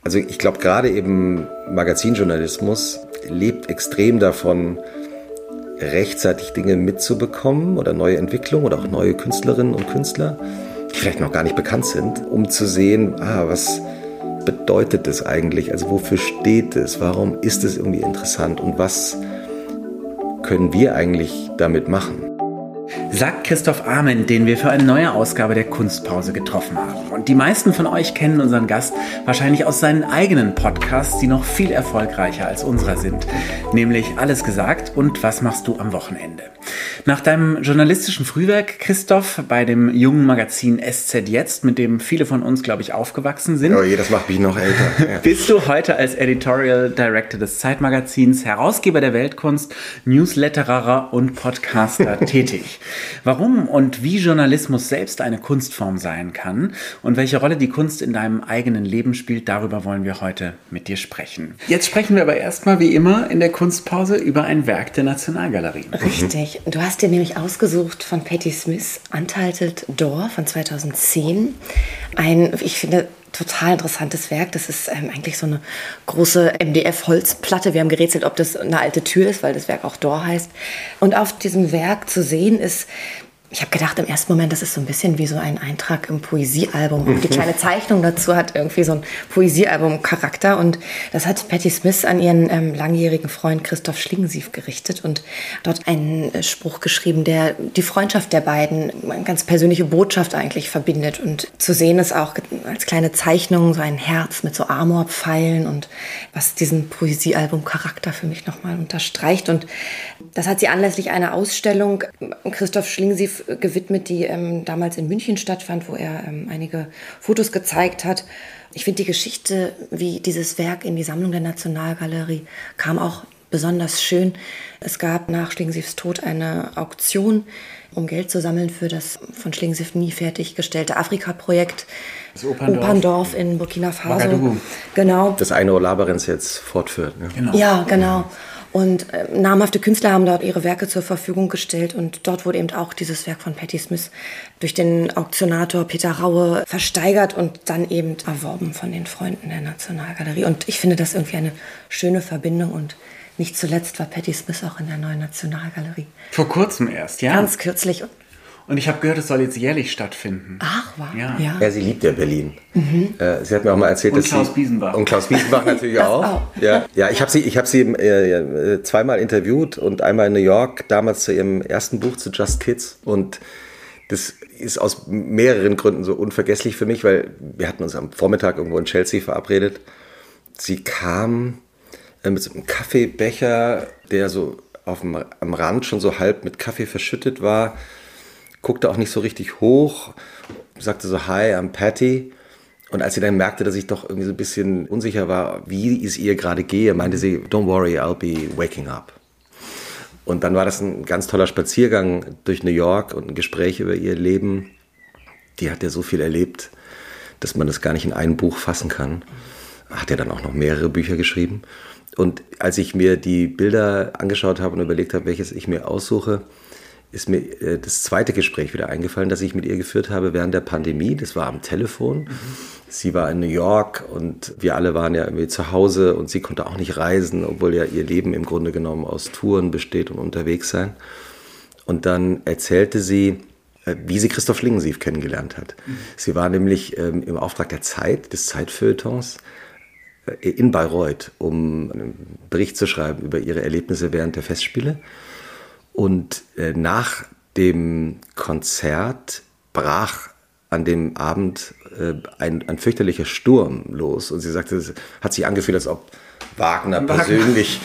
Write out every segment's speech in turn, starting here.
Also ich glaube, gerade eben Magazinjournalismus lebt extrem davon, rechtzeitig Dinge mitzubekommen oder neue Entwicklungen oder auch neue Künstlerinnen und Künstler, die vielleicht noch gar nicht bekannt sind, um zu sehen, was bedeutet das eigentlich? Also wofür steht es? Warum ist es irgendwie interessant? Und was können wir eigentlich damit machen? Sagt Christoph Amend, den wir für eine neue Ausgabe der Kunstpause getroffen haben. Und die meisten von euch kennen unseren Gast wahrscheinlich aus seinen eigenen Podcasts, die noch viel erfolgreicher als unserer sind. Nämlich Alles gesagt und Was machst du am Wochenende? Nach deinem journalistischen Frühwerk, Christoph, bei dem jungen Magazin SZ Jetzt, mit dem viele von uns, glaube ich, aufgewachsen sind. Oh je, das macht mich noch älter. Ja. Bist du heute als Editorial Director des Zeitmagazins, Herausgeber der Weltkunst, Newsletterer und Podcaster tätig. Warum und wie Journalismus selbst eine Kunstform sein kann und welche Rolle die Kunst in deinem eigenen Leben spielt, darüber wollen wir heute mit dir sprechen. Jetzt sprechen wir aber erstmal wie immer in der Kunstpause über ein Werk der Nationalgalerie. Richtig. Du hast dir nämlich ausgesucht von Patti Smith, Untitled Door von 2010. Ein, ich finde, total interessantes Werk. Das ist eigentlich so eine große MDF-Holzplatte. Wir haben gerätselt, ob das eine alte Tür ist, weil das Werk auch Door heißt. Und auf diesem Werk zu sehen ist, ich habe gedacht im ersten Moment, das ist so ein bisschen wie so ein Eintrag im Poesiealbum. Und die kleine Zeichnung dazu hat irgendwie so einen Poesiealbum-Charakter. Und das hat Patti Smith an ihren langjährigen Freund Christoph Schlingensief gerichtet und dort einen Spruch geschrieben, der die Freundschaft der beiden, eine ganz persönliche Botschaft eigentlich verbindet. Und zu sehen ist auch als kleine Zeichnung so ein Herz mit so Amorpfeilen und was diesen Poesiealbum-Charakter für mich nochmal unterstreicht. Und das hat sie anlässlich einer Ausstellung Christoph Schlingensief gewidmet, die damals in München stattfand, wo er einige Fotos gezeigt hat. Ich finde die Geschichte, wie dieses Werk in die Sammlung der Nationalgalerie kam, auch besonders schön. Es gab nach Schlingensiefs Tod eine Auktion, um Geld zu sammeln für das von Schlingensief nie fertiggestellte Afrika-Projekt. Das Operndorf in Burkina Faso. Ouagadougou. Genau. Das Aino Labyrinth jetzt fortführt. Ne? Genau. Ja, genau. Und namhafte Künstler haben dort ihre Werke zur Verfügung gestellt und dort wurde eben auch dieses Werk von Patti Smith durch den Auktionator Peter Raue versteigert und dann eben erworben von den Freunden der Nationalgalerie. Und ich finde das irgendwie eine schöne Verbindung und nicht zuletzt war Patti Smith auch in der neuen Nationalgalerie. Vor kurzem erst, ja? Ganz kürzlich. Und ich habe gehört, es soll jetzt jährlich stattfinden. Ach, wow. Ja. Ja, sie liebt ja Berlin. Sie hat mir auch mal erzählt, Und dass Klaus sie... Biesenbach. Und Klaus Biesenbach natürlich auch. Ja, ich habe sie zweimal interviewt und einmal in New York, damals zu ihrem ersten Buch zu Just Kids. Und das ist aus mehreren Gründen so unvergesslich für mich, weil wir hatten uns am Vormittag irgendwo in Chelsea verabredet. Sie kam mit so einem Kaffeebecher, der so am Rand schon so halb mit Kaffee verschüttet war, guckte auch nicht so richtig hoch, sagte so, hi, I'm Patti. Und als sie dann merkte, dass ich doch irgendwie so ein bisschen unsicher war, wie es ihr gerade gehe, meinte sie, don't worry, I'll be waking up. Und dann war das ein ganz toller Spaziergang durch New York und ein Gespräch über ihr Leben. Die hat ja so viel erlebt, dass man das gar nicht in ein Buch fassen kann. Hat ja dann auch noch mehrere Bücher geschrieben. Und als ich mir die Bilder angeschaut habe und überlegt habe, welches ich mir aussuche, ist mir das zweite Gespräch wieder eingefallen, das ich mit ihr geführt habe während der Pandemie. Das war am Telefon. Sie war in New York und wir alle waren ja irgendwie zu Hause und sie konnte auch nicht reisen, obwohl ja ihr Leben im Grunde genommen aus Touren besteht und unterwegs sein. Und dann erzählte sie, wie sie Christoph Schlingensief kennengelernt hat. Sie war nämlich im Auftrag der Zeit, des Zeitfeuilletons, in Bayreuth, um einen Bericht zu schreiben über ihre Erlebnisse während der Festspiele. Und nach dem Konzert brach an dem Abend ein fürchterlicher Sturm los. Und sie sagte, es hat sich angefühlt, als ob Wagner persönlich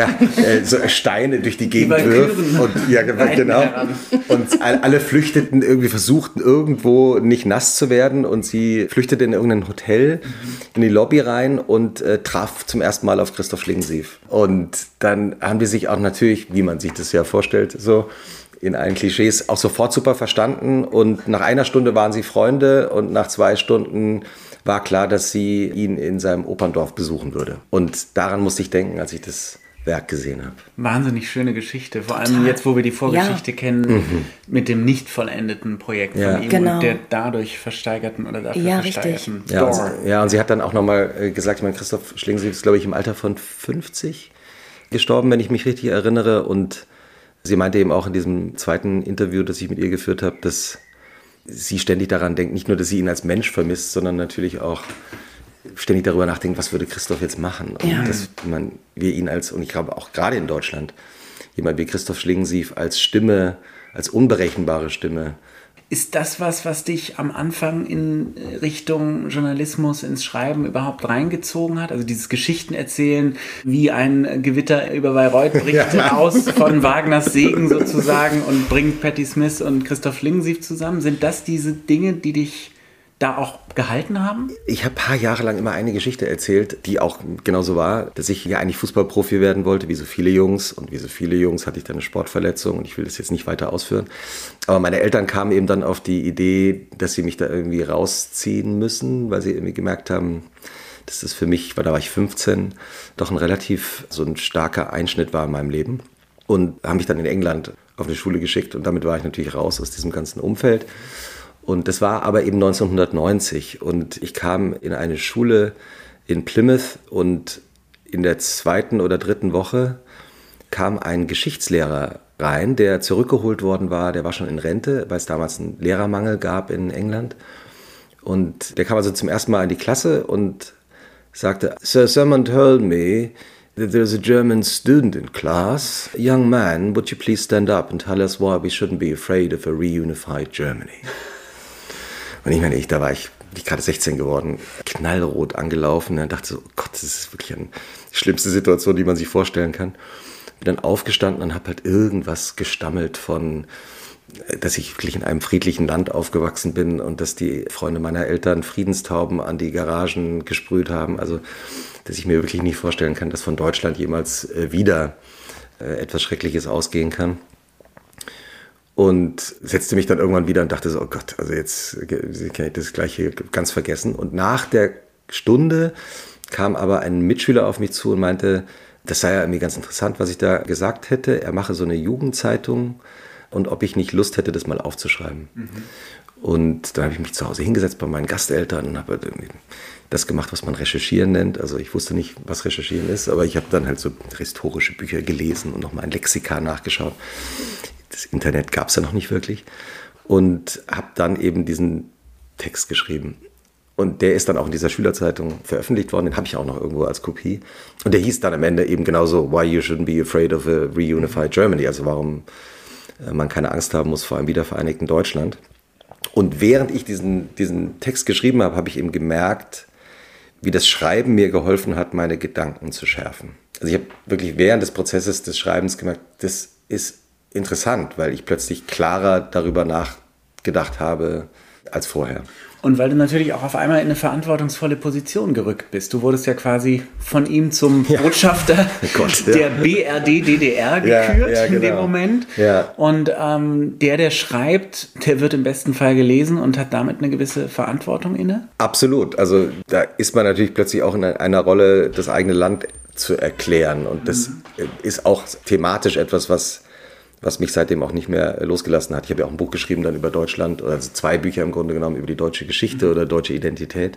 so Steine durch die Gegend wirft. Und, ja, genau. Und alle flüchteten, irgendwie versuchten irgendwo nicht nass zu werden. Und sie flüchtete in irgendein Hotel in die Lobby rein und traf zum ersten Mal auf Christoph Schlingensief. Und dann haben die sich auch natürlich, wie man sich das ja vorstellt, so in allen Klischees auch sofort super verstanden. Und nach einer Stunde waren sie Freunde und nach 2 Stunden war klar, dass sie ihn in seinem Operndorf besuchen würde. Und daran musste ich denken, als ich das Werk gesehen habe. Wahnsinnig schöne Geschichte, vor allem jetzt, wo wir die Vorgeschichte kennen, mit dem nicht vollendeten Projekt von ihm und der dadurch versteigerten oder dafür versteigerten Door. Und sie hat dann auch nochmal gesagt, ich meine, Christoph Schlingensief ist, glaube ich, im Alter von 50 gestorben, wenn ich mich richtig erinnere, und sie meinte eben auch in diesem zweiten Interview, das ich mit ihr geführt habe, dass sie ständig daran denkt, nicht nur, dass sie ihn als Mensch vermisst, sondern natürlich auch ständig darüber nachdenkt, was würde Christoph jetzt machen. Und dass wir ihn und ich glaube auch gerade in Deutschland, jemand wie Christoph Schlingensief als Stimme, als unberechenbare Stimme. Ist das was dich am Anfang in Richtung Journalismus, ins Schreiben überhaupt reingezogen hat? Also dieses Geschichtenerzählen, wie ein Gewitter über Bayreuth bricht aus von Wagners Segen sozusagen und bringt Patti Smith und Christoph Schlingensief zusammen. Sind das diese Dinge, die dich da auch gehalten haben? Ich habe ein paar Jahre lang immer eine Geschichte erzählt, die auch genauso war, dass ich ja eigentlich Fußballprofi werden wollte, wie so viele Jungs. Und wie so viele Jungs hatte ich dann eine Sportverletzung und ich will das jetzt nicht weiter ausführen. Aber meine Eltern kamen eben dann auf die Idee, dass sie mich da irgendwie rausziehen müssen, weil sie irgendwie gemerkt haben, dass das für mich, weil da war ich 15, doch ein relativ so ein starker Einschnitt war in meinem Leben. Und haben mich dann in England auf eine Schule geschickt und damit war ich natürlich raus aus diesem ganzen Umfeld. Und das war aber eben 1990 und ich kam in eine Schule in Plymouth und in der 2. oder 3. Woche kam ein Geschichtslehrer rein, der zurückgeholt worden war, der war schon in Rente, weil es damals einen Lehrermangel gab in England. Und der kam also zum ersten Mal in die Klasse und sagte, Sir, someone told me that there's a German student in class. Young man, would you please stand up and tell us why we shouldn't be afraid of a reunified Germany? Und ich meine, da war ich gerade 16 geworden, knallrot angelaufen und dachte so, oh Gott, das ist wirklich die schlimmste Situation, die man sich vorstellen kann. Bin dann aufgestanden und habe halt irgendwas gestammelt von, dass ich wirklich in einem friedlichen Land aufgewachsen bin und dass die Freunde meiner Eltern Friedenstauben an die Garagen gesprüht haben. Also, dass ich mir wirklich nicht vorstellen kann, dass von Deutschland jemals wieder etwas Schreckliches ausgehen kann. Und setzte mich dann irgendwann wieder und dachte so, oh Gott, also jetzt kann ich das gleich hier ganz vergessen. Und nach der Stunde kam aber ein Mitschüler auf mich zu und meinte, das sei ja irgendwie ganz interessant, was ich da gesagt hätte. Er mache so eine Jugendzeitung und ob ich nicht Lust hätte, das mal aufzuschreiben. Mhm. Und dann habe ich mich zu Hause hingesetzt bei meinen Gasteltern und habe irgendwie das gemacht, was man Recherchieren nennt. Also ich wusste nicht, was Recherchieren ist, aber ich habe dann halt so historische Bücher gelesen und nochmal ein Lexikon nachgeschaut. Das Internet gab es ja noch nicht wirklich. Und habe dann eben diesen Text geschrieben. Und der ist dann auch in dieser Schülerzeitung veröffentlicht worden. Den habe ich auch noch irgendwo als Kopie. Und der hieß dann am Ende eben genauso, Why you shouldn't be afraid of a reunified Germany. Also warum man keine Angst haben muss vor einem wiedervereinigten Deutschland. Und während ich diesen Text geschrieben habe, habe ich eben gemerkt, wie das Schreiben mir geholfen hat, meine Gedanken zu schärfen. Also ich habe wirklich während des Prozesses des Schreibens gemerkt, das ist interessant, weil ich plötzlich klarer darüber nachgedacht habe als vorher. Und weil du natürlich auch auf einmal in eine verantwortungsvolle Position gerückt bist. Du wurdest ja quasi von ihm zum Botschafter der BRD-DDR gekürt in dem Moment. Ja. Und der schreibt, der wird im besten Fall gelesen und hat damit eine gewisse Verantwortung inne? Absolut. Also da ist man natürlich plötzlich auch in einer Rolle, das eigene Land zu erklären. Und das ist auch thematisch etwas, was mich seitdem auch nicht mehr losgelassen hat. Ich habe ja auch ein Buch geschrieben dann über Deutschland, also 2 Bücher im Grunde genommen über die deutsche Geschichte oder deutsche Identität.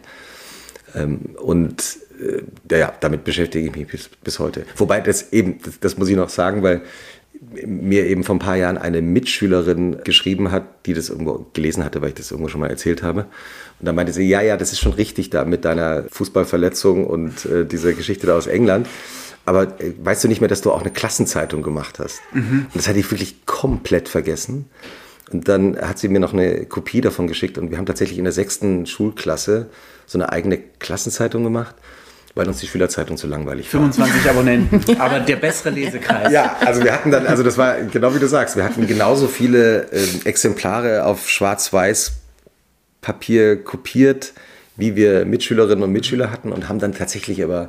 Und damit beschäftige ich mich bis heute. Wobei das muss ich noch sagen, weil mir eben vor ein paar Jahren eine Mitschülerin geschrieben hat, die das irgendwo gelesen hatte, weil ich das irgendwo schon mal erzählt habe. Und dann meinte sie, ja, das ist schon richtig da mit deiner Fußballverletzung und dieser Geschichte da aus England. Aber weißt du nicht mehr, dass du auch eine Klassenzeitung gemacht hast? Mhm. Und das hatte ich wirklich komplett vergessen. Und dann hat sie mir noch eine Kopie davon geschickt und wir haben tatsächlich in der 6. Schulklasse so eine eigene Klassenzeitung gemacht, weil uns die Schülerzeitung zu langweilig war. 25 Abonnenten, aber der bessere Lesekreis. Ja, also wir hatten dann, also das war genau wie du sagst, wir hatten genauso viele Exemplare auf Schwarz-Weiß Papier kopiert, wie wir Mitschülerinnen und Mitschüler hatten und haben dann tatsächlich aber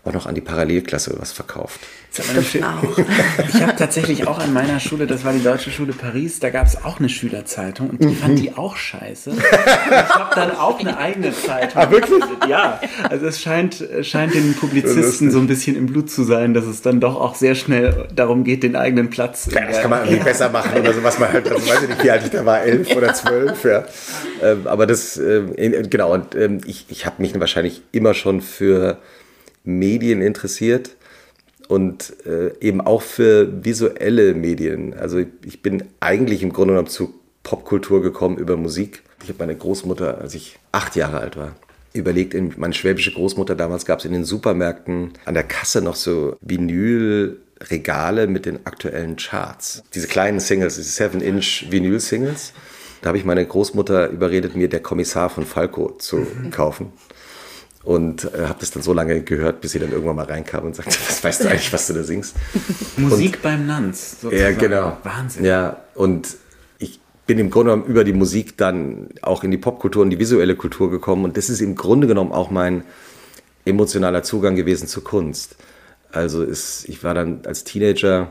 auch noch an die Parallelklasse was verkauft. Ich habe tatsächlich auch an meiner Schule, das war die Deutsche Schule Paris, da gab es auch eine Schülerzeitung und die fand die auch scheiße. Ich habe dann auch eine eigene Zeitung. Ah, wirklich? Ja, also es scheint den Publizisten so ein bisschen im Blut zu sein, dass es dann doch auch sehr schnell darum geht, den eigenen Platz. Ja, das kann man irgendwie besser machen oder so, was man halt, also weiß ich nicht, wie alt ich da war, 11 oder 12, ja. Aber das, genau, und ich habe mich wahrscheinlich immer schon für Medien interessiert. Und eben auch für visuelle Medien. Also ich bin eigentlich im Grunde genommen zu Popkultur gekommen über Musik. Ich habe meine Großmutter, als ich 8 Jahre alt war, überlegt, meine schwäbische Großmutter, damals gab es in den Supermärkten an der Kasse noch so Vinylregale mit den aktuellen Charts. Diese kleinen Singles, diese 7-Inch Vinyl-Singles. Da habe ich meine Großmutter überredet, mir Der Kommissar von Falco zu kaufen. Und habe das dann so lange gehört, bis sie dann irgendwann mal reinkam und sagte, was weißt du eigentlich, was du da singst? Musik beim Nanz, sozusagen. Ja, genau. Wahnsinn. Ja, und ich bin im Grunde genommen über die Musik dann auch in die Popkultur und die visuelle Kultur gekommen. Und das ist im Grunde genommen auch mein emotionaler Zugang gewesen zur Kunst. Also ich war dann als Teenager,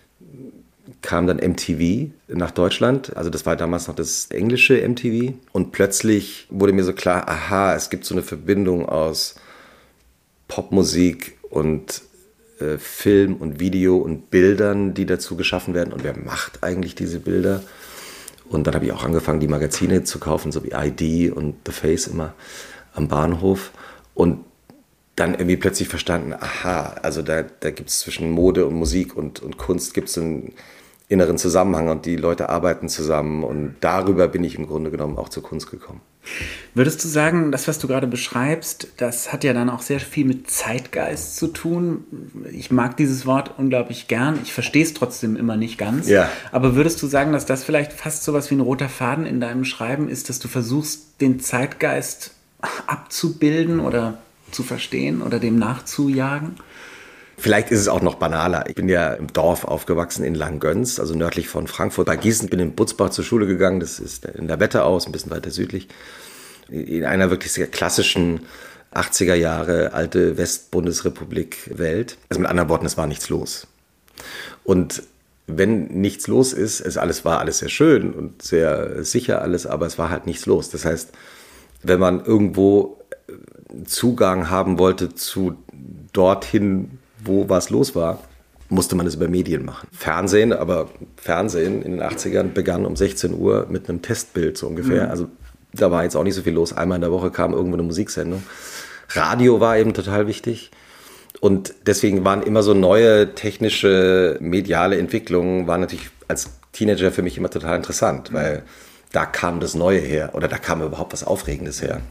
kam dann MTV nach Deutschland. Also das war damals noch das englische MTV. Und plötzlich wurde mir so klar, aha, es gibt so eine Verbindung aus Popmusik und Film und Video und Bildern, die dazu geschaffen werden. Und wer macht eigentlich diese Bilder? Und dann habe ich auch angefangen, die Magazine zu kaufen, so wie ID und The Face immer am Bahnhof. Und dann irgendwie plötzlich verstanden, aha, also da gibt es zwischen Mode und Musik und Kunst gibt es einen inneren Zusammenhang und die Leute arbeiten zusammen und darüber bin ich im Grunde genommen auch zur Kunst gekommen. Würdest du sagen, das, was du gerade beschreibst, das hat ja dann auch sehr viel mit Zeitgeist zu tun? Ich mag dieses Wort unglaublich gern, ich verstehe es trotzdem immer nicht ganz. Ja. Aber würdest du sagen, dass das vielleicht fast so was wie ein roter Faden in deinem Schreiben ist, dass du versuchst, den Zeitgeist abzubilden oder zu verstehen oder dem nachzujagen? Vielleicht ist es auch noch banaler. Ich bin ja im Dorf aufgewachsen in Langgöns, also nördlich von Frankfurt bei Gießen. Bin in Butzbach zur Schule gegangen, das ist in der Wetterau, ein bisschen weiter südlich. In einer wirklich sehr klassischen 80er Jahre alte Westbundesrepublik-Welt. Also mit anderen Worten, es war nichts los. Und wenn nichts los ist, war alles sehr schön und sehr sicher alles, aber es war halt nichts los. Das heißt, wenn man irgendwo Zugang haben wollte zu dorthin, wo was los war, musste man es über Medien machen. Fernsehen in den 80ern begann um 16 Uhr mit einem Testbild so ungefähr. Mhm. Also da war jetzt auch nicht so viel los. Einmal in der Woche kam irgendwo eine Musiksendung. Radio war eben total wichtig. Und deswegen waren immer so neue technische, mediale Entwicklungen, waren natürlich als Teenager für mich immer total interessant, weil da kam das Neue her oder da kam überhaupt was Aufregendes her.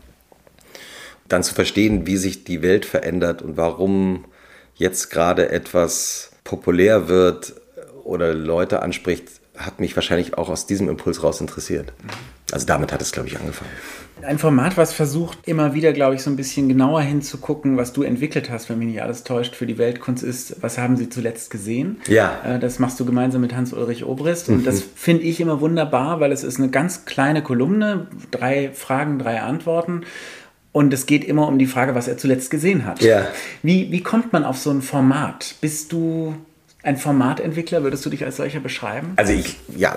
Dann zu verstehen, wie sich die Welt verändert und warum jetzt gerade etwas populär wird oder Leute anspricht, hat mich wahrscheinlich auch aus diesem Impuls raus interessiert. Also damit hat es, glaube ich, angefangen. Ein Format, was versucht, immer wieder, glaube ich, so ein bisschen genauer hinzugucken, was du entwickelt hast, wenn mich nicht alles täuscht, für die Weltkunst ist, was haben sie zuletzt gesehen? Ja. Das machst du gemeinsam mit Hans-Ulrich Obrist und das finde ich immer wunderbar, weil es ist eine ganz kleine Kolumne, 3 Fragen, 3 Antworten. Und es geht immer um die Frage, was er zuletzt gesehen hat. Ja. Wie kommt man auf so ein Format? Bist du ein Formatentwickler? Würdest du dich als solcher beschreiben? Also ich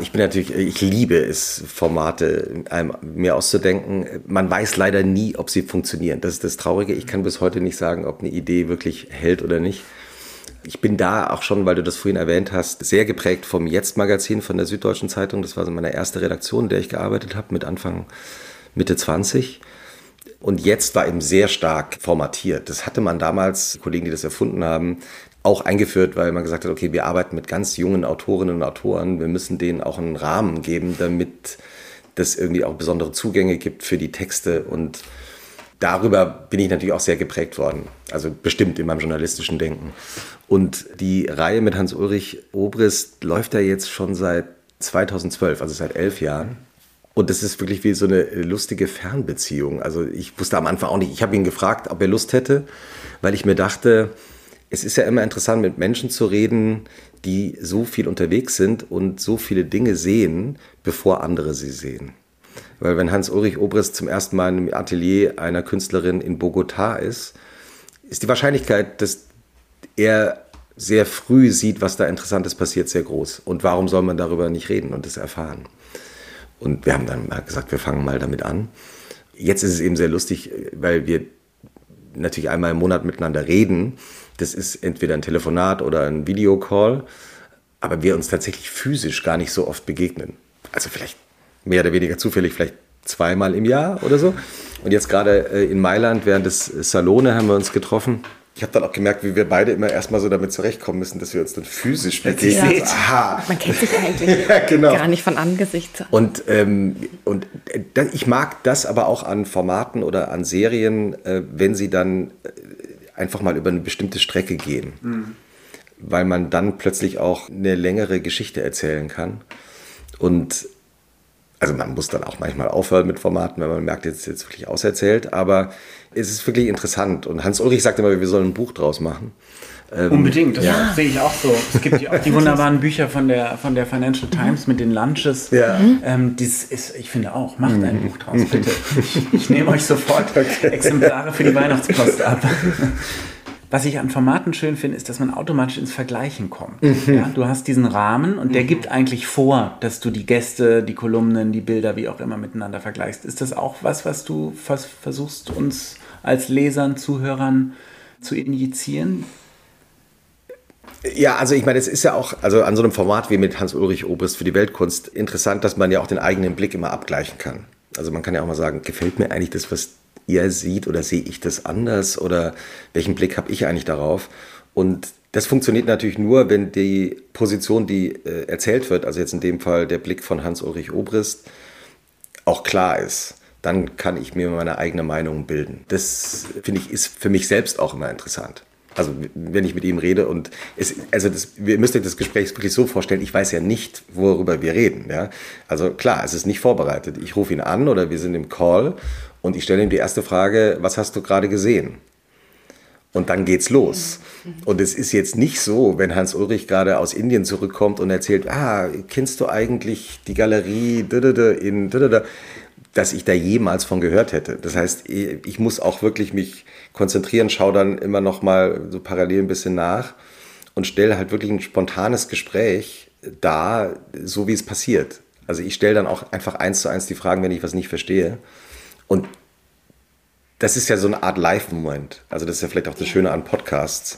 liebe es, Formate mir auszudenken. Man weiß leider nie, ob sie funktionieren. Das ist das Traurige. Ich kann bis heute nicht sagen, ob eine Idee wirklich hält oder nicht. Ich bin da auch schon, weil du das vorhin erwähnt hast, sehr geprägt vom Jetzt-Magazin von der Süddeutschen Zeitung. Das war so meine erste Redaktion, in der ich gearbeitet habe, mit Mitte 20. Und Jetzt war eben sehr stark formatiert. Das hatte man damals, Kollegen, die das erfunden haben, auch eingeführt, weil man gesagt hat, okay, wir arbeiten mit ganz jungen Autorinnen und Autoren, wir müssen denen auch einen Rahmen geben, damit das irgendwie auch besondere Zugänge gibt für die Texte. Und darüber bin ich natürlich auch sehr geprägt worden, also bestimmt in meinem journalistischen Denken. Und die Reihe mit Hans-Ulrich Obrist läuft ja jetzt schon seit 2012, also seit 11 Jahren. Und das ist wirklich wie so eine lustige Fernbeziehung. Also ich wusste am Anfang auch nicht, ich habe ihn gefragt, ob er Lust hätte, weil ich mir dachte, es ist ja immer interessant, mit Menschen zu reden, die so viel unterwegs sind und so viele Dinge sehen, bevor andere sie sehen. Weil wenn Hans-Ulrich Obrist zum ersten Mal im Atelier einer Künstlerin in Bogotá ist, ist die Wahrscheinlichkeit, dass er sehr früh sieht, was da Interessantes passiert, sehr groß. Und warum soll man darüber nicht reden und das erfahren? Und wir haben dann mal gesagt, wir fangen mal damit an. Jetzt ist es eben sehr lustig, weil wir natürlich einmal im Monat miteinander reden. Das ist entweder ein Telefonat oder ein Videocall, aber wir uns tatsächlich physisch gar nicht so oft begegnen. Also vielleicht mehr oder weniger zufällig, vielleicht 2-mal im Jahr oder so. Und jetzt gerade in Mailand während des Salone haben wir uns getroffen. Ich habe dann auch gemerkt, wie wir beide immer erstmal so damit zurechtkommen müssen, dass wir uns dann physisch begegnen. Ja. Aha. Man kennt sich eigentlich gar nicht von Angesicht. Und ich mag das aber auch an Formaten oder an Serien, wenn sie dann einfach mal über eine bestimmte Strecke gehen. Mhm. Weil man dann plötzlich auch eine längere Geschichte erzählen kann. Und also man muss dann auch manchmal aufhören mit Formaten, wenn man merkt, jetzt ist wirklich auserzählt. Aber es ist wirklich interessant. Und Hans-Ulrich sagt immer, wir sollen ein Buch draus machen. Unbedingt, das sehe ich auch so. Es gibt ja auch die wunderbaren Bücher von der Financial Times mit den Lunches. Ja. Ich finde auch, macht ein Buch draus, bitte. Ich nehme euch sofort Exemplare für die Weihnachtspost ab. Was ich an Formaten schön finde, ist, dass man automatisch ins Vergleichen kommt. Ja, du hast diesen Rahmen und der gibt eigentlich vor, dass du die Gäste, die Kolumnen, die Bilder, wie auch immer miteinander vergleichst. Ist das auch was du versuchst, uns als Lesern, Zuhörern zu injizieren? Ja, also ich meine, es ist ja auch also an so einem Format wie mit Hans-Ulrich Obrist für die Weltkunst interessant, dass man ja auch den eigenen Blick immer abgleichen kann. Also man kann ja auch mal sagen, gefällt mir eigentlich das, was ihr seht, oder sehe ich das anders, oder welchen Blick habe ich eigentlich darauf? Und das funktioniert natürlich nur, wenn die Position, die erzählt wird, also jetzt in dem Fall der Blick von Hans-Ulrich Obrist, auch klar ist. Dann kann ich mir meine eigene Meinung bilden. Das, finde ich, ist für mich selbst auch immer interessant. Also wenn ich mit ihm rede und ihr müsst euch das Gespräch wirklich so vorstellen, ich weiß ja nicht, worüber wir reden. Ja? Also klar, es ist nicht vorbereitet. Ich rufe ihn an oder wir sind im Call und ich stelle ihm die erste Frage, was hast du gerade gesehen? Und dann geht's los. Und es ist jetzt nicht so, wenn Hans-Ulrich gerade aus Indien zurückkommt und erzählt, kennst du eigentlich die Galerie in dass ich da jemals von gehört hätte. Das heißt, ich muss auch wirklich mich konzentrieren, schaue dann immer noch mal so parallel ein bisschen nach und stelle halt wirklich ein spontanes Gespräch dar, so wie es passiert. Also ich stelle dann auch einfach 1:1 die Fragen, wenn ich was nicht verstehe. Und das ist ja so eine Art Live-Moment. Also das ist ja vielleicht auch das Schöne an Podcasts,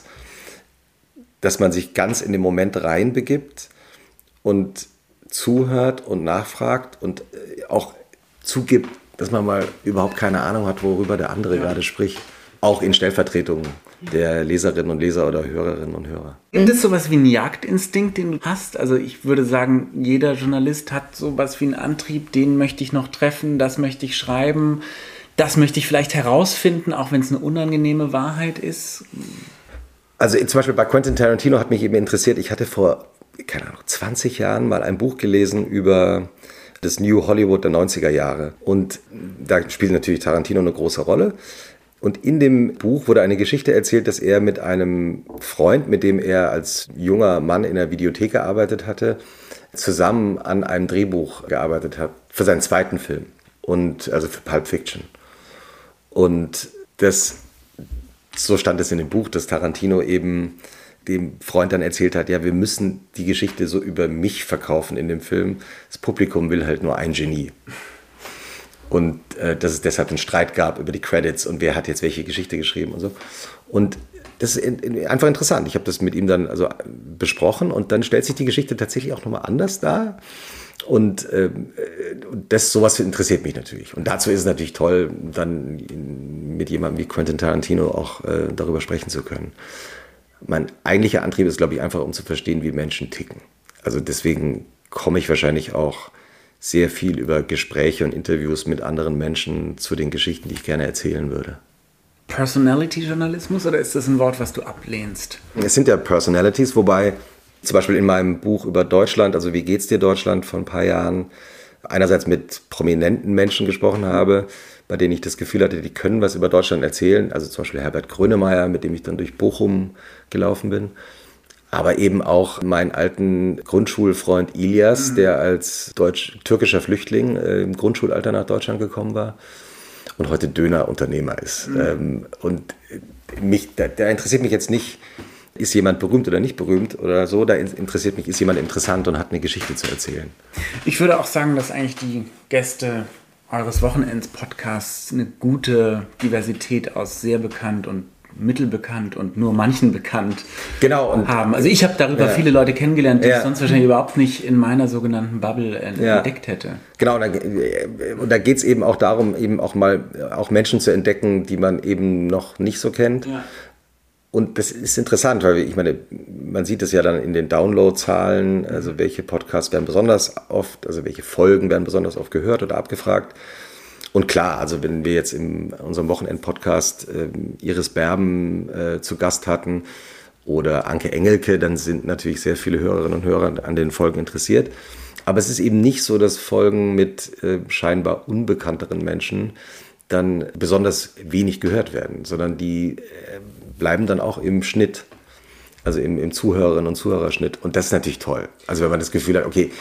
dass man sich ganz in den Moment reinbegibt und zuhört und nachfragt und auch zugibt, dass man mal überhaupt keine Ahnung hat, worüber der andere gerade spricht. Auch in Stellvertretung der Leserinnen und Leser oder Hörerinnen und Hörer. Gibt es sowas wie einen Jagdinstinkt, den du hast? Also ich würde sagen, jeder Journalist hat sowas wie einen Antrieb, den möchte ich noch treffen, das möchte ich schreiben, das möchte ich vielleicht herausfinden, auch wenn es eine unangenehme Wahrheit ist. Also zum Beispiel bei Quentin Tarantino hat mich eben interessiert, ich hatte vor, 20 Jahren mal ein Buch gelesen über das New Hollywood der 90er Jahre. Und da spielt natürlich Tarantino eine große Rolle. Und in dem Buch wurde eine Geschichte erzählt, dass er mit einem Freund, mit dem er als junger Mann in der Videothek gearbeitet hatte, zusammen an einem Drehbuch gearbeitet hat für seinen zweiten Film. Und also für Pulp Fiction. Und so stand es in dem Buch, dass Tarantino eben dem Freund dann erzählt hat, ja, wir müssen die Geschichte so über mich verkaufen in dem Film. Das Publikum will halt nur ein Genie. Und dass es deshalb einen Streit gab über die Credits und wer hat jetzt welche Geschichte geschrieben und so. Und das ist einfach interessant. Ich habe das mit ihm dann also besprochen und dann stellt sich die Geschichte tatsächlich auch nochmal anders dar. Und sowas interessiert mich natürlich. Und dazu ist es natürlich toll, dann mit jemandem wie Quentin Tarantino auch darüber sprechen zu können. Mein eigentlicher Antrieb ist, glaube ich, einfach um zu verstehen, wie Menschen ticken. Also deswegen komme ich wahrscheinlich auch sehr viel über Gespräche und Interviews mit anderen Menschen zu den Geschichten, die ich gerne erzählen würde. Personality-Journalismus oder ist das ein Wort, was du ablehnst? Es sind ja Personalities, wobei zum Beispiel in meinem Buch über Deutschland, also Wie geht's dir Deutschland, vor ein paar Jahren, einerseits mit prominenten Menschen gesprochen habe, bei denen ich das Gefühl hatte, die können was über Deutschland erzählen. Also zum Beispiel Herbert Grönemeyer, mit dem ich dann durch Bochum gelaufen bin. Aber eben auch meinen alten Grundschulfreund Ilias, der als türkischer Flüchtling im Grundschulalter nach Deutschland gekommen war und heute Dönerunternehmer ist. Und da interessiert mich jetzt nicht, ist jemand berühmt oder nicht berühmt oder so. Da interessiert mich, ist jemand interessant und hat eine Geschichte zu erzählen. Ich würde auch sagen, dass eigentlich die Gäste eures Wochenends-Podcasts eine gute Diversität aus sehr bekannt und mittelbekannt und nur manchen bekannt haben. Also ich habe darüber viele Leute kennengelernt, die ich sonst wahrscheinlich überhaupt nicht in meiner sogenannten Bubble entdeckt hätte. Genau, und da geht es eben auch darum, eben auch Menschen zu entdecken, die man eben noch nicht so kennt. Ja. Und das ist interessant, weil ich meine, man sieht es ja dann in den Downloadzahlen, also welche Podcasts werden besonders oft, also welche Folgen werden besonders oft gehört oder abgefragt. Und klar, also wenn wir jetzt in unserem Wochenend-Podcast Iris Berben zu Gast hatten oder Anke Engelke, dann sind natürlich sehr viele Hörerinnen und Hörer an den Folgen interessiert. Aber es ist eben nicht so, dass Folgen mit scheinbar unbekannteren Menschen dann besonders wenig gehört werden, sondern die bleiben dann auch im Schnitt. Also im Zuhörerinnen- und Zuhörerschnitt. Und das ist natürlich toll. Also wenn man das Gefühl hat, okay,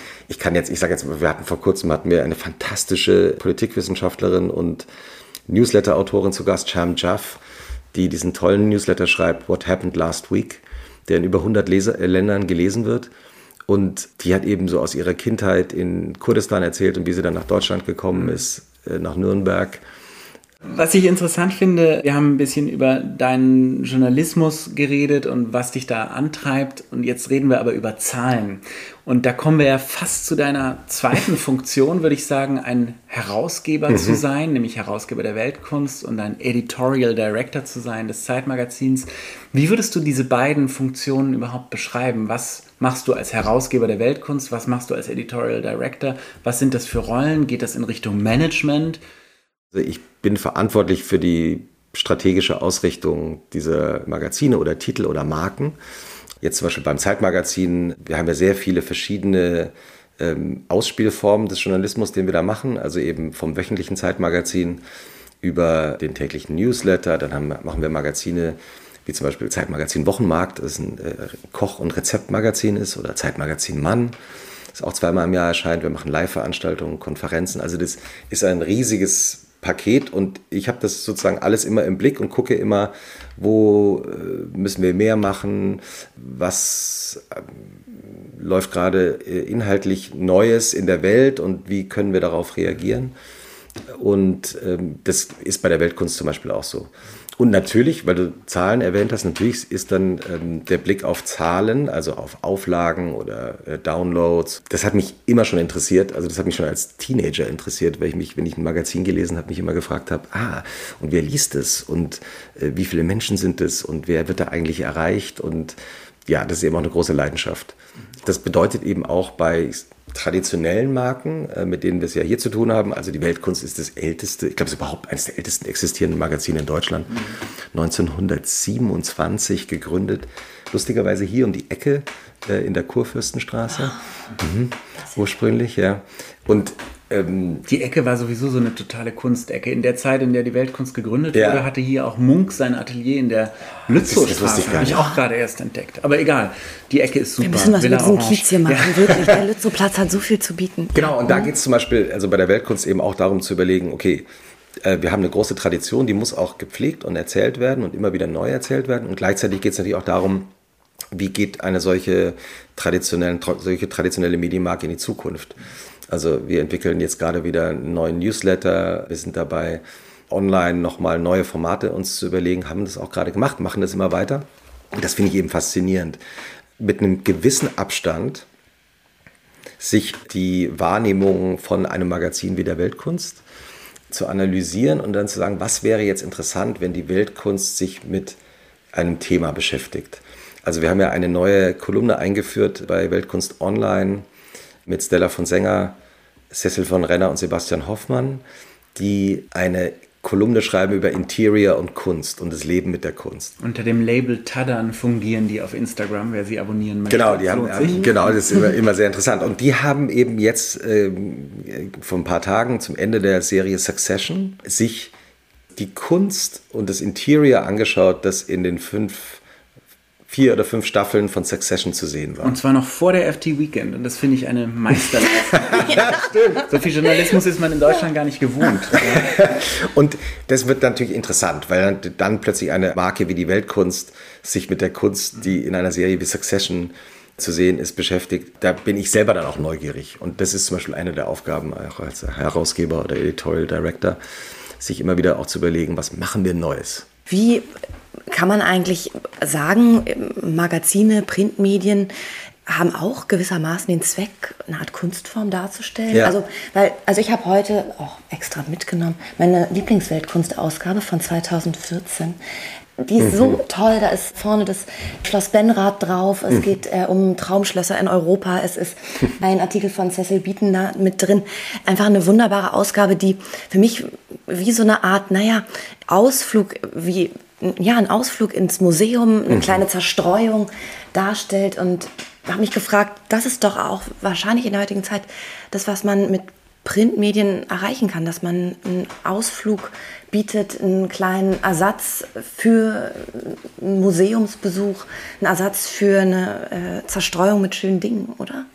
wir hatten vor kurzem eine fantastische Politikwissenschaftlerin und Newsletter-Autorin zu Gast, Sham Jaff, die diesen tollen Newsletter schreibt, What Happened Last Week, der in über 100 Ländern gelesen wird. Und die hat eben so aus ihrer Kindheit in Kurdistan erzählt und wie sie dann nach Deutschland gekommen ist, nach Nürnberg. Was ich interessant finde, wir haben ein bisschen über deinen Journalismus geredet und was dich da antreibt und jetzt reden wir aber über Zahlen. Und da kommen wir ja fast zu deiner zweiten Funktion, würde ich sagen, ein Herausgeber zu sein, nämlich Herausgeber der Weltkunst und ein Editorial Director zu sein des Zeitmagazins. Wie würdest du diese beiden Funktionen überhaupt beschreiben? Was machst du als Herausgeber der Weltkunst? Was machst du als Editorial Director? Was sind das für Rollen? Geht das in Richtung Management? Also ich bin verantwortlich für die strategische Ausrichtung dieser Magazine oder Titel oder Marken. Jetzt zum Beispiel beim Zeitmagazin, wir haben ja sehr viele verschiedene Ausspielformen des Journalismus, den wir da machen. Also eben vom wöchentlichen Zeitmagazin über den täglichen Newsletter. Dann machen wir Magazine wie zum Beispiel Zeitmagazin Wochenmarkt, das ein Koch- und Rezeptmagazin ist, oder Zeitmagazin Mann, das auch zweimal im Jahr erscheint. Wir machen Live-Veranstaltungen, Konferenzen. Also das ist ein riesiges Paket und ich habe das sozusagen alles immer im Blick und gucke immer, wo müssen wir mehr machen, was läuft gerade inhaltlich Neues in der Welt und wie können wir darauf reagieren. Und das ist bei der Weltkunst zum Beispiel auch so. Und natürlich, weil du Zahlen erwähnt hast, natürlich ist dann der Blick auf Zahlen, also auf Auflagen oder Downloads. Das hat mich immer schon interessiert. Also das hat mich schon als Teenager interessiert, weil wenn ich ein Magazin gelesen habe, mich immer gefragt habe, und wer liest es und wie viele Menschen sind es und wer wird da eigentlich erreicht? Und ja, das ist eben auch eine große Leidenschaft. Das bedeutet eben auch bei traditionellen Marken, mit denen wir es ja hier zu tun haben. Also die Weltkunst ist das älteste, ich glaube, es ist überhaupt eines der ältesten existierenden Magazine in Deutschland. 1927 gegründet. Lustigerweise hier um die Ecke in der Kurfürstenstraße. Ursprünglich, ja. Und die Ecke war sowieso so eine totale Kunstecke. In der Zeit, in der die Weltkunst gegründet wurde, hatte hier auch Munk sein Atelier in der Lützowstraße. Habe ich auch gerade erst entdeckt. Aber egal, die Ecke ist super. Wir müssen was mit diesem Kiez hier machen, wirklich. Der Lützowplatz hat so viel zu bieten. Genau, und da geht es zum Beispiel, also bei der Weltkunst eben auch darum zu überlegen, okay, wir haben eine große Tradition, die muss auch gepflegt und erzählt werden und immer wieder neu erzählt werden. Und gleichzeitig geht es natürlich auch darum, wie geht eine solche traditionelle Medienmarke in die Zukunft. Also wir entwickeln jetzt gerade wieder einen neuen Newsletter. Wir sind dabei, online nochmal neue Formate uns zu überlegen, haben das auch gerade gemacht, machen das immer weiter. Und das finde ich eben faszinierend. Mit einem gewissen Abstand sich die Wahrnehmung von einem Magazin wie der Weltkunst zu analysieren und dann zu sagen, was wäre jetzt interessant, wenn die Weltkunst sich mit einem Thema beschäftigt. Also wir haben ja eine neue Kolumne eingeführt bei Weltkunst Online mit Stella von Sänger, Cecil von Renner und Sebastian Hoffmann, die eine Kolumne schreiben über Interior und Kunst und das Leben mit der Kunst. Unter dem Label Tadan fungieren die auf Instagram, wer sie abonnieren möchte. Genau, das ist immer sehr interessant. Und die haben eben jetzt vor ein paar Tagen zum Ende der Serie Succession sich die Kunst und das Interior angeschaut, das in den 5 4 oder 5 Staffeln von Succession zu sehen war. Und zwar noch vor der FT Weekend. Und das finde ich eine Meisterleistung. Ja, stimmt. So viel Journalismus ist man in Deutschland gar nicht gewohnt. Und das wird natürlich interessant, weil dann plötzlich eine Marke wie die Weltkunst sich mit der Kunst, die in einer Serie wie Succession zu sehen ist, beschäftigt. Da bin ich selber dann auch neugierig. Und das ist zum Beispiel eine der Aufgaben, auch als Herausgeber oder Editorial Director, sich immer wieder auch zu überlegen, was machen wir Neues? Wie kann man eigentlich sagen, Magazine, Printmedien haben auch gewissermaßen den Zweck, eine Art Kunstform darzustellen? Ja. Also ich habe heute auch extra mitgenommen, meine Lieblingsweltkunstausgabe von 2014. Die ist so toll, da ist vorne das Schloss Benrath drauf, es geht um Traumschlösser in Europa, es ist ein Artikel von Cecil Beaton da mit drin. Einfach eine wunderbare Ausgabe, die für mich wie so eine Art, Ausflug, ein Ausflug ins Museum, eine kleine Zerstreuung darstellt. Und habe mich gefragt, das ist doch auch wahrscheinlich in der heutigen Zeit das, was man mit Printmedien erreichen kann, dass man einen Ausflug bietet, einen kleinen Ersatz für einen Museumsbesuch, einen Ersatz für eine Zerstreuung mit schönen Dingen, oder?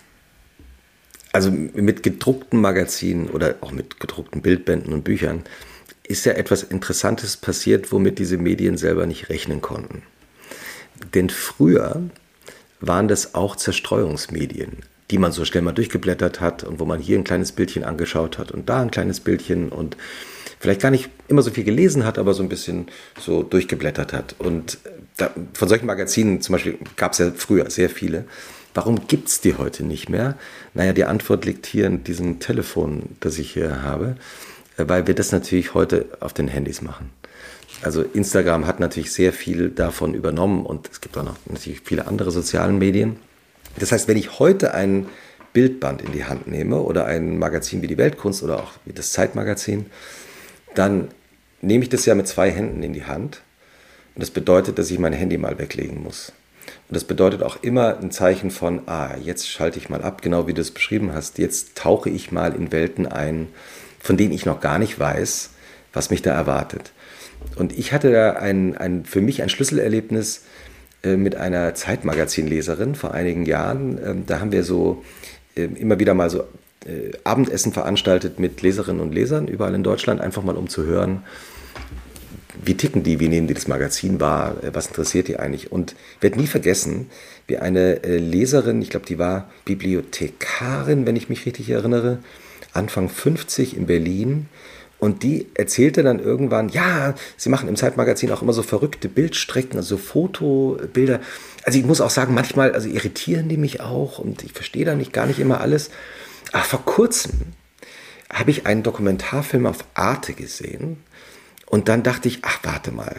Also mit gedruckten Magazinen oder auch mit gedruckten Bildbänden und Büchern ist ja etwas Interessantes passiert, womit diese Medien selber nicht rechnen konnten. Denn früher waren das auch Zerstreuungsmedien, die man so schnell mal durchgeblättert hat und wo man hier ein kleines Bildchen angeschaut hat und da ein kleines Bildchen und vielleicht gar nicht immer so viel gelesen hat, aber so ein bisschen so durchgeblättert hat. Und von solchen Magazinen zum Beispiel gab es ja früher sehr viele. Warum gibt es die heute nicht mehr? Naja, die Antwort liegt hier in diesem Telefon, das ich hier habe, weil wir das natürlich heute auf den Handys machen. Also Instagram hat natürlich sehr viel davon übernommen und es gibt auch noch natürlich viele andere sozialen Medien. Das heißt, wenn ich heute ein Bildband in die Hand nehme oder ein Magazin wie die Weltkunst oder auch wie das Zeitmagazin, dann nehme ich das ja mit 2 Händen in die Hand. Und das bedeutet, dass ich mein Handy mal weglegen muss. Und das bedeutet auch immer ein Zeichen von, jetzt schalte ich mal ab, genau wie du es beschrieben hast. Jetzt tauche ich mal in Welten ein, von denen ich noch gar nicht weiß, was mich da erwartet. Und ich hatte da für mich ein Schlüsselerlebnis mit einer Zeitmagazinleserin vor einigen Jahren. Da haben wir so immer wieder mal so Abendessen veranstaltet mit Leserinnen und Lesern überall in Deutschland, einfach mal um zu hören, wie ticken die, wie nehmen die das Magazin wahr, was interessiert die eigentlich. Und ich werde nie vergessen, wie eine Leserin, ich glaube, die war Bibliothekarin, wenn ich mich richtig erinnere, Anfang 50 in Berlin. Und die erzählte dann irgendwann, ja, sie machen im Zeitmagazin auch immer so verrückte Bildstrecken, also so Fotobilder. Also ich muss auch sagen, manchmal irritieren die mich auch und ich verstehe da gar nicht immer alles. Aber vor kurzem habe ich einen Dokumentarfilm auf Arte gesehen und dann dachte ich, warte mal,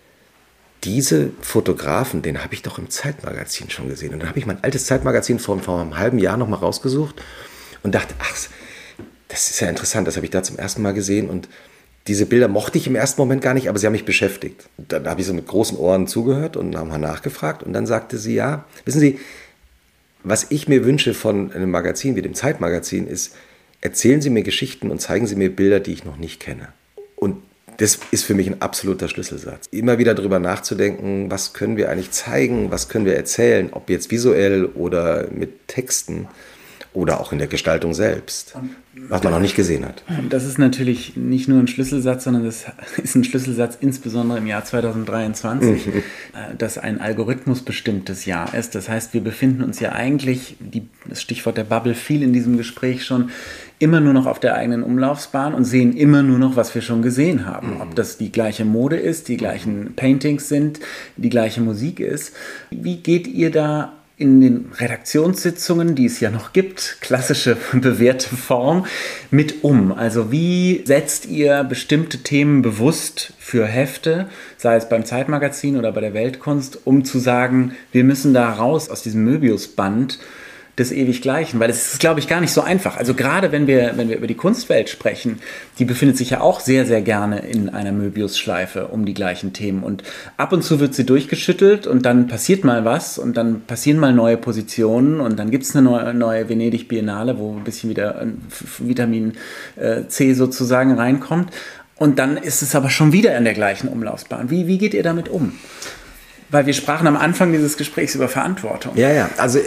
diese Fotografen, den habe ich doch im Zeitmagazin schon gesehen. Und dann habe ich mein altes Zeitmagazin vor einem halben Jahr nochmal rausgesucht und dachte, das ist ja interessant, das habe ich da zum ersten Mal gesehen und diese Bilder mochte ich im ersten Moment gar nicht, aber sie haben mich beschäftigt. Und dann habe ich so mit großen Ohren zugehört und haben mal nachgefragt und dann sagte sie, ja, wissen Sie, was ich mir wünsche von einem Magazin wie dem Zeitmagazin ist, erzählen Sie mir Geschichten und zeigen Sie mir Bilder, die ich noch nicht kenne. Und das ist für mich ein absoluter Schlüsselsatz. Immer wieder darüber nachzudenken, was können wir eigentlich zeigen, was können wir erzählen, ob jetzt visuell oder mit Texten oder auch in der Gestaltung selbst, was man noch nicht gesehen hat. Das ist natürlich nicht nur ein Schlüsselsatz, sondern das ist ein Schlüsselsatz insbesondere im Jahr 2023, das ein algorithmusbestimmtes Jahr ist. Das heißt, wir befinden uns ja eigentlich, das Stichwort der Bubble fiel in diesem Gespräch schon, immer nur noch auf der eigenen Umlaufsbahn und sehen immer nur noch, was wir schon gesehen haben. Ob das die gleiche Mode ist, die gleichen Paintings sind, die gleiche Musik ist. Wie geht ihr da in den Redaktionssitzungen, die es ja noch gibt, klassische bewährte Form, mit um? Also wie setzt ihr bestimmte Themen bewusst für Hefte, sei es beim Zeitmagazin oder bei der Weltkunst, um zu sagen, wir müssen da raus aus diesem Möbiusband des Ewiggleichen, weil es ist, glaube ich, gar nicht so einfach. Also gerade wenn wir über die Kunstwelt sprechen, die befindet sich ja auch sehr, sehr gerne in einer Möbius-Schleife um die gleichen Themen und ab und zu wird sie durchgeschüttelt und dann passiert mal was und dann passieren mal neue Positionen und dann gibt es eine neue Venedig-Biennale, wo ein bisschen wieder Vitamin C sozusagen reinkommt und dann ist es aber schon wieder in der gleichen Umlaufbahn. Wie geht ihr damit um? Weil wir sprachen am Anfang dieses Gesprächs über Verantwortung. Ja, also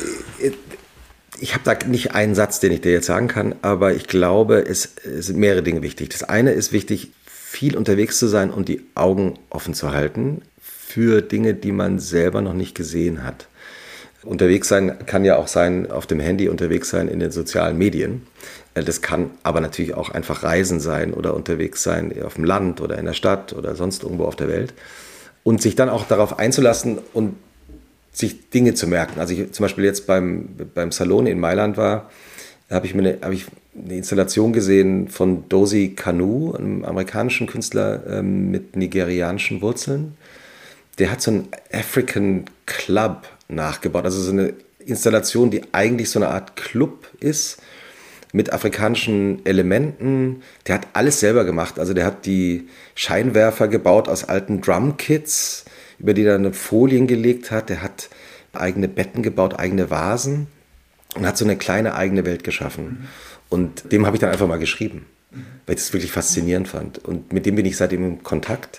ich habe da nicht einen Satz, den ich dir jetzt sagen kann, aber ich glaube, es sind mehrere Dinge wichtig. Das eine ist wichtig, viel unterwegs zu sein und die Augen offen zu halten für Dinge, die man selber noch nicht gesehen hat. Unterwegs sein kann ja auch sein, auf dem Handy unterwegs sein in den sozialen Medien. Das kann aber natürlich auch einfach Reisen sein oder unterwegs sein auf dem Land oder in der Stadt oder sonst irgendwo auf der Welt. Und sich dann auch darauf einzulassen und sich Dinge zu merken. Also ich zum Beispiel jetzt beim Salon in Mailand war, habe ich eine Installation gesehen von Dozy Kanu, einem amerikanischen Künstler mit nigerianischen Wurzeln. Der hat so einen African Club nachgebaut, also so eine Installation, die eigentlich so eine Art Club ist, mit afrikanischen Elementen. Der hat alles selber gemacht, also der hat die Scheinwerfer gebaut aus alten Drumkits, über die er eine Folien gelegt hat. Der hat eigene Betten gebaut, eigene Vasen und hat so eine kleine eigene Welt geschaffen. Und dem habe ich dann einfach mal geschrieben, weil ich das wirklich faszinierend fand. Und mit dem bin ich seitdem in Kontakt.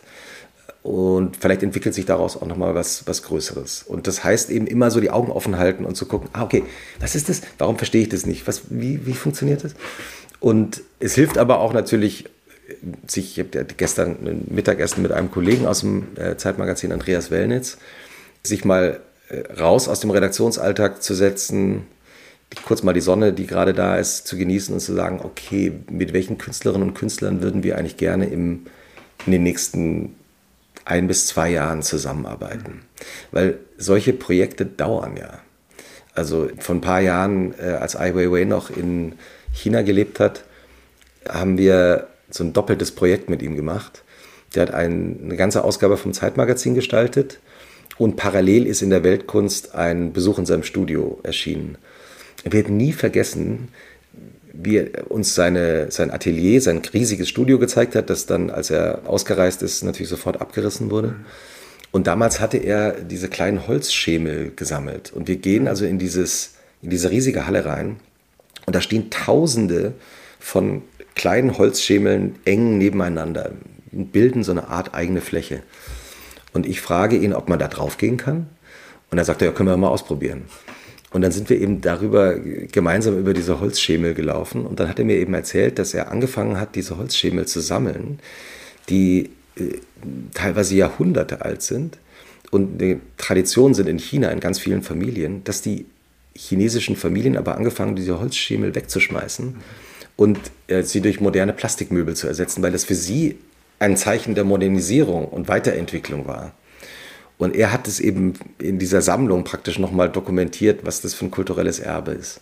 Und vielleicht entwickelt sich daraus auch nochmal was Größeres. Und das heißt eben immer so die Augen offen halten und zu gucken, okay, was ist das? Warum verstehe ich das nicht? Wie funktioniert das? Und es hilft aber auch natürlich, ich habe gestern ein Mittagessen mit einem Kollegen aus dem Zeitmagazin, Andreas Wellnitz, sich mal raus aus dem Redaktionsalltag zu setzen, kurz mal die Sonne, die gerade da ist, zu genießen und zu sagen, okay, mit welchen Künstlerinnen und Künstlern würden wir eigentlich gerne in den nächsten 1 bis 2 Jahren zusammenarbeiten. Weil solche Projekte dauern ja. Also vor ein paar Jahren, als Ai Weiwei noch in China gelebt hat, haben wir so ein doppeltes Projekt mit ihm gemacht. Der hat eine ganze Ausgabe vom Zeitmagazin gestaltet und parallel ist in der Weltkunst ein Besuch in seinem Studio erschienen. Wir werden nie vergessen, wie er uns sein Atelier, sein riesiges Studio gezeigt hat, das dann, als er ausgereist ist, natürlich sofort abgerissen wurde. Und damals hatte er diese kleinen Holzschemel gesammelt. Und wir gehen also in diese riesige Halle rein und da stehen Tausende von kleinen Holzschemeln eng nebeneinander und bilden so eine Art eigene Fläche. Und ich frage ihn, ob man da drauf gehen kann. Und er sagte, ja, können wir mal ausprobieren. Und dann sind wir eben gemeinsam über diese Holzschemel gelaufen. Und dann hat er mir eben erzählt, dass er angefangen hat, diese Holzschemel zu sammeln, die teilweise Jahrhunderte alt sind. Und eine Tradition sind in China, in ganz vielen Familien, dass die chinesischen Familien aber angefangen haben, diese Holzschemel wegzuschmeißen und sie durch moderne Plastikmöbel zu ersetzen, weil das für sie ein Zeichen der Modernisierung und Weiterentwicklung war. Und er hat es eben in dieser Sammlung praktisch nochmal dokumentiert, was das für ein kulturelles Erbe ist.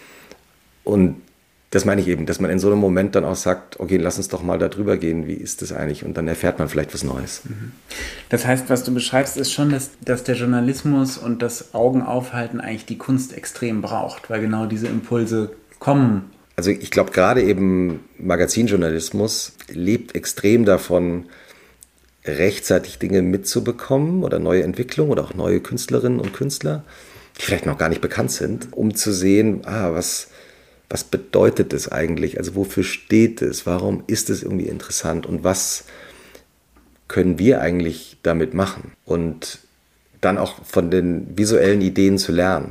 Und das meine ich eben, dass man in so einem Moment dann auch sagt, okay, lass uns doch mal da drüber gehen, wie ist das eigentlich? Und dann erfährt man vielleicht was Neues. Das heißt, was du beschreibst, ist schon, dass der Journalismus und das Augenaufhalten eigentlich die Kunst extrem braucht, weil genau diese Impulse kommen. Also ich glaube, gerade eben Magazinjournalismus lebt extrem davon, rechtzeitig Dinge mitzubekommen oder neue Entwicklungen oder auch neue Künstlerinnen und Künstler, die vielleicht noch gar nicht bekannt sind, um zu sehen, was bedeutet das eigentlich? Also wofür steht es? Warum ist es irgendwie interessant? Und was können wir eigentlich damit machen? Und dann auch von den visuellen Ideen zu lernen.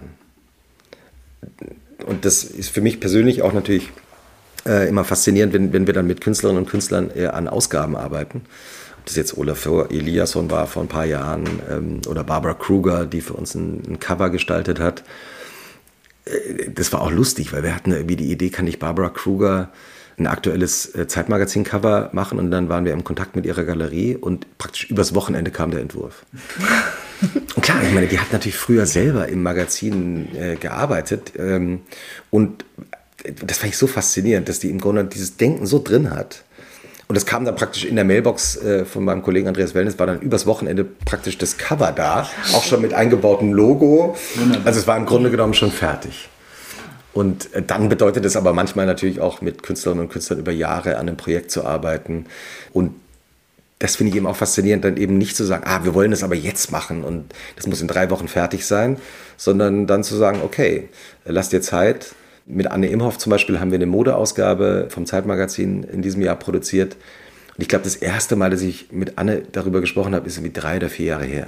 Und das ist für mich persönlich auch natürlich immer faszinierend, wenn wir dann mit Künstlerinnen und Künstlern an Ausgaben arbeiten. Ob das jetzt Olafur Eliasson war vor ein paar Jahren oder Barbara Kruger, die für uns ein Cover gestaltet hat. Das war auch lustig, weil wir hatten irgendwie die Idee, kann ich Barbara Kruger ein aktuelles Zeitmagazin-Cover machen? Und dann waren wir im Kontakt mit ihrer Galerie und praktisch übers Wochenende kam der Entwurf. Und klar, ich meine, die hat natürlich früher selber im Magazin gearbeitet und das fand ich so faszinierend, dass die im Grunde dieses Denken so drin hat. Und das kam dann praktisch in der Mailbox von meinem Kollegen Andreas Wellnitz, war dann übers Wochenende praktisch das Cover da, auch schon mit eingebautem Logo. Also es war im Grunde genommen schon fertig. Und dann bedeutet es aber manchmal natürlich auch mit Künstlerinnen und Künstlern über Jahre an einem Projekt zu arbeiten. Und das finde ich eben auch faszinierend, dann eben nicht zu sagen, wir wollen das aber jetzt machen und das muss in 3 Wochen fertig sein, sondern dann zu sagen, okay, lass dir Zeit. Mit Anne Imhoff zum Beispiel haben wir eine Modeausgabe vom Zeitmagazin in diesem Jahr produziert. Und ich glaube, das erste Mal, dass ich mit Anne darüber gesprochen habe, ist irgendwie 3 oder 4 Jahre her.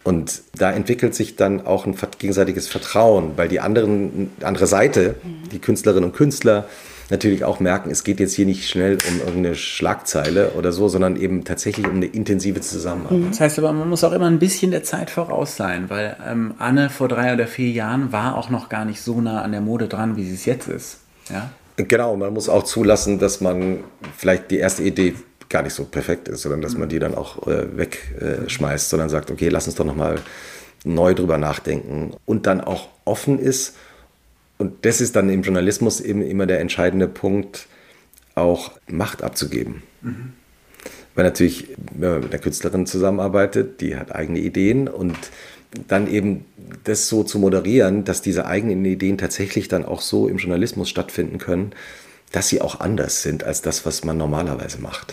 Und da entwickelt sich dann auch ein gegenseitiges Vertrauen, weil die andere Seite, die Künstlerinnen und Künstler, natürlich auch merken, es geht jetzt hier nicht schnell um irgendeine Schlagzeile oder so, sondern eben tatsächlich um eine intensive Zusammenarbeit. Das heißt aber, man muss auch immer ein bisschen der Zeit voraus sein, weil Anne vor 3 oder 4 Jahren war auch noch gar nicht so nah an der Mode dran, wie sie es jetzt ist. Ja? Genau, man muss auch zulassen, dass man vielleicht die erste Idee gar nicht so perfekt ist, sondern dass man die dann auch wegschmeißt, sondern sagt, okay, lass uns doch nochmal neu drüber nachdenken und dann auch offen ist. Und das ist dann im Journalismus eben immer der entscheidende Punkt, auch Macht abzugeben. Weil natürlich, wenn man mit einer Künstlerin zusammenarbeitet, die hat eigene Ideen und dann eben das so zu moderieren, dass diese eigenen Ideen tatsächlich dann auch so im Journalismus stattfinden können, dass sie auch anders sind als das, was man normalerweise macht.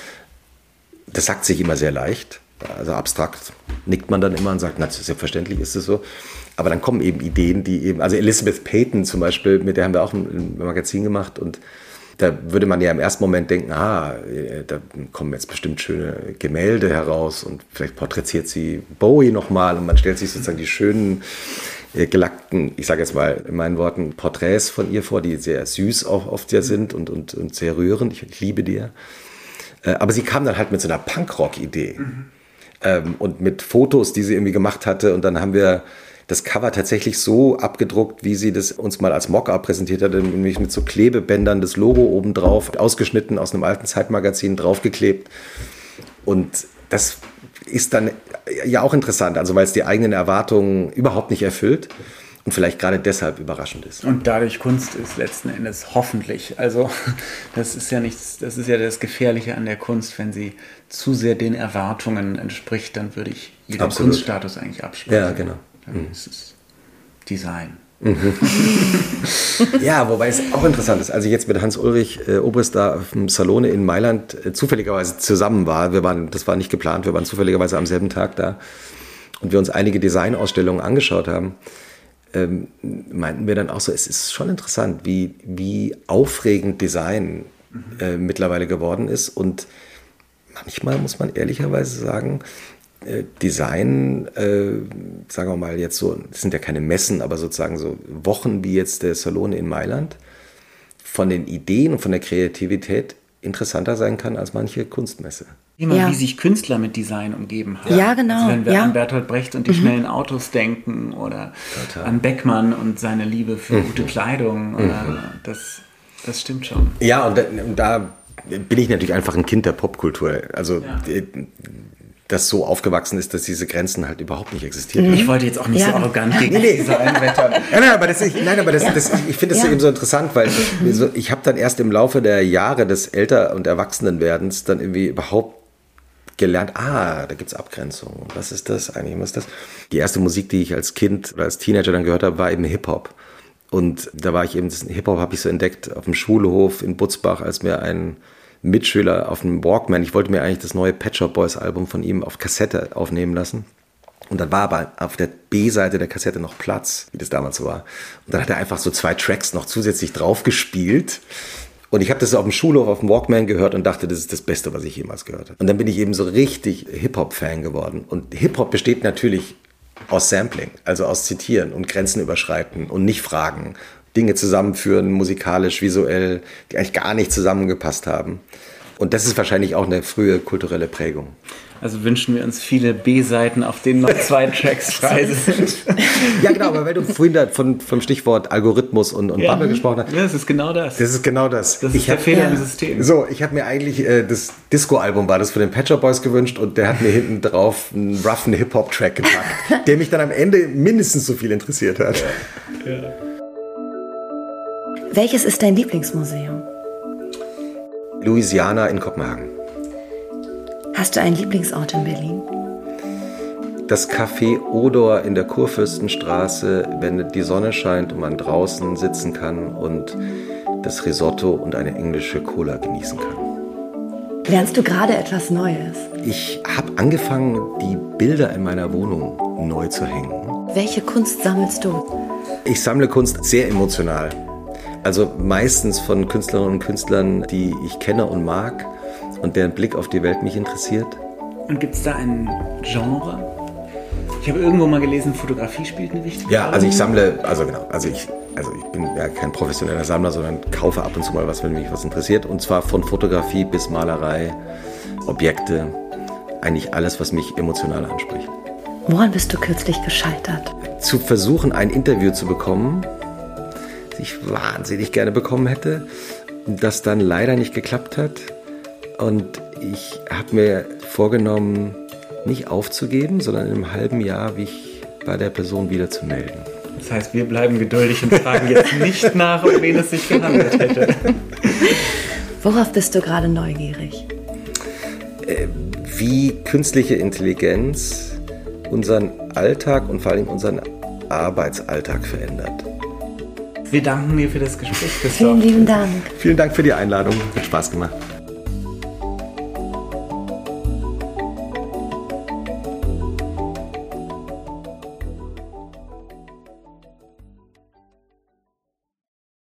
Das sagt sich immer sehr leicht, also abstrakt nickt man dann immer und sagt, na, selbstverständlich ist es so. Aber dann kommen eben Ideen, die eben, also Elizabeth Peyton zum Beispiel, mit der haben wir auch ein Magazin gemacht und da würde man ja im ersten Moment denken, da kommen jetzt bestimmt schöne Gemälde heraus und vielleicht porträtiert sie Bowie nochmal und man stellt sich sozusagen die schönen gelackten, ich sage jetzt mal in meinen Worten, Porträts von ihr vor, die sehr süß auch oft ja sind und sehr rührend. Ich liebe die ja. Aber sie kam dann halt mit so einer Punkrock-Idee und mit Fotos, die sie irgendwie gemacht hatte und dann haben wir das Cover tatsächlich so abgedruckt, wie sie das uns mal als Mock-up präsentiert hat, nämlich mit so Klebebändern das Logo oben drauf, ausgeschnitten aus einem alten Zeitmagazin draufgeklebt. Und das ist dann ja auch interessant, also weil es die eigenen Erwartungen überhaupt nicht erfüllt und vielleicht gerade deshalb überraschend ist. Und dadurch Kunst ist letzten Endes hoffentlich. Also das ist ja nichts, das ist ja das Gefährliche an der Kunst, wenn sie zu sehr den Erwartungen entspricht, dann würde ich jeden Kunststatus eigentlich absprechen. Ja, genau. Dann ist es Design. Ja, wobei es auch interessant ist, als ich jetzt mit Hans-Ulrich Obrist da auf dem Salone in Mailand zufälligerweise zusammen war, das war nicht geplant, wir waren zufälligerweise am selben Tag da und wir uns einige Designausstellungen angeschaut haben, meinten wir dann auch so, es ist schon interessant, wie aufregend Design mittlerweile geworden ist und manchmal muss man ehrlicherweise sagen, Design, sagen wir mal jetzt so, das sind ja keine Messen, aber sozusagen so Wochen wie jetzt der Salon in Mailand, von den Ideen und von der Kreativität interessanter sein kann als manche Kunstmesse. Wie sich Künstler mit Design umgeben haben. Ja, genau. Also wenn wir an Bertolt Brecht und die schnellen Autos denken oder an Beckmann und seine Liebe für gute Kleidung, das stimmt schon. Ja, und da bin ich natürlich einfach ein Kind der Popkultur. Also das so aufgewachsen ist, dass diese Grenzen halt überhaupt nicht existieren. Ich wollte jetzt auch nicht so arrogant gegen Design wettern. Ich finde das eben so interessant, weil ich habe dann erst im Laufe der Jahre des Älter- und Erwachsenenwerdens dann irgendwie überhaupt gelernt, da gibt es Abgrenzungen. Was ist das eigentlich? Was ist das? Die erste Musik, die ich als Kind oder als Teenager dann gehört habe, war eben Hip-Hop. Und da war ich eben, Hip-Hop habe ich so entdeckt auf dem Schulhof in Butzbach, als mir ein Mitschüler auf dem Walkman, ich wollte mir eigentlich das neue Pet Shop Boys Album von ihm auf Kassette aufnehmen lassen. Und dann war aber auf der B-Seite der Kassette noch Platz, wie das damals so war. Und dann hat er einfach so 2 Tracks noch zusätzlich drauf gespielt. Und ich habe das auf dem Schulhof auf dem Walkman gehört und dachte, das ist das Beste, was ich jemals gehört habe. Und dann bin ich eben so richtig Hip-Hop-Fan geworden. Und Hip-Hop besteht natürlich aus Sampling, also aus Zitieren und Grenzen überschreiten und nicht fragen. Dinge zusammenführen, musikalisch, visuell, die eigentlich gar nicht zusammengepasst haben. Und das ist wahrscheinlich auch eine frühe kulturelle Prägung. Also wünschen wir uns viele B-Seiten, auf denen noch 2 Tracks frei sind. Ja, genau, aber weil du vorhin da vom Stichwort Algorithmus und Bubble gesprochen hast. Ja, das ist genau das. Das ist genau das. Das ist der Fehler im System. So, ich habe mir eigentlich das Disco-Album war das von den Pet Shop Boys gewünscht und der hat mir hinten drauf einen roughen Hip-Hop-Track gepackt, der mich dann am Ende mindestens so viel interessiert hat. Ja. Welches ist dein Lieblingsmuseum? Louisiana in Kopenhagen. Hast du einen Lieblingsort in Berlin? Das Café Odor in der Kurfürstenstraße, wenn die Sonne scheint und man draußen sitzen kann und das Risotto und eine englische Cola genießen kann. Lernst du gerade etwas Neues? Ich habe angefangen, die Bilder in meiner Wohnung neu zu hängen. Welche Kunst sammelst du? Ich sammle Kunst sehr emotional. Also meistens von Künstlerinnen und Künstlern, die ich kenne und mag und deren Blick auf die Welt mich interessiert. Und gibt es da ein Genre? Ich habe irgendwo mal gelesen, Fotografie spielt eine wichtige Rolle. Ja, also ich sammle, ich bin ja kein professioneller Sammler, sondern kaufe ab und zu mal was, wenn mich was interessiert. Und zwar von Fotografie bis Malerei, Objekte, eigentlich alles, was mich emotional anspricht. Woran bist du kürzlich gescheitert? Zu versuchen, ein Interview zu bekommen, das ich wahnsinnig gerne bekommen hätte, das dann leider nicht geklappt hat. Und ich habe mir vorgenommen, nicht aufzugeben, sondern in einem halben Jahr mich bei der Person wieder zu melden. Das heißt, wir bleiben geduldig und fragen jetzt nicht nach, um wen es sich gehandelt hätte. Worauf bist du gerade neugierig? Wie künstliche Intelligenz unseren Alltag und vor allem unseren Arbeitsalltag verändert. Wir danken dir für das Gespräch, Christoph. Vielen lieben Dank. Vielen Dank für die Einladung. Hat Spaß gemacht.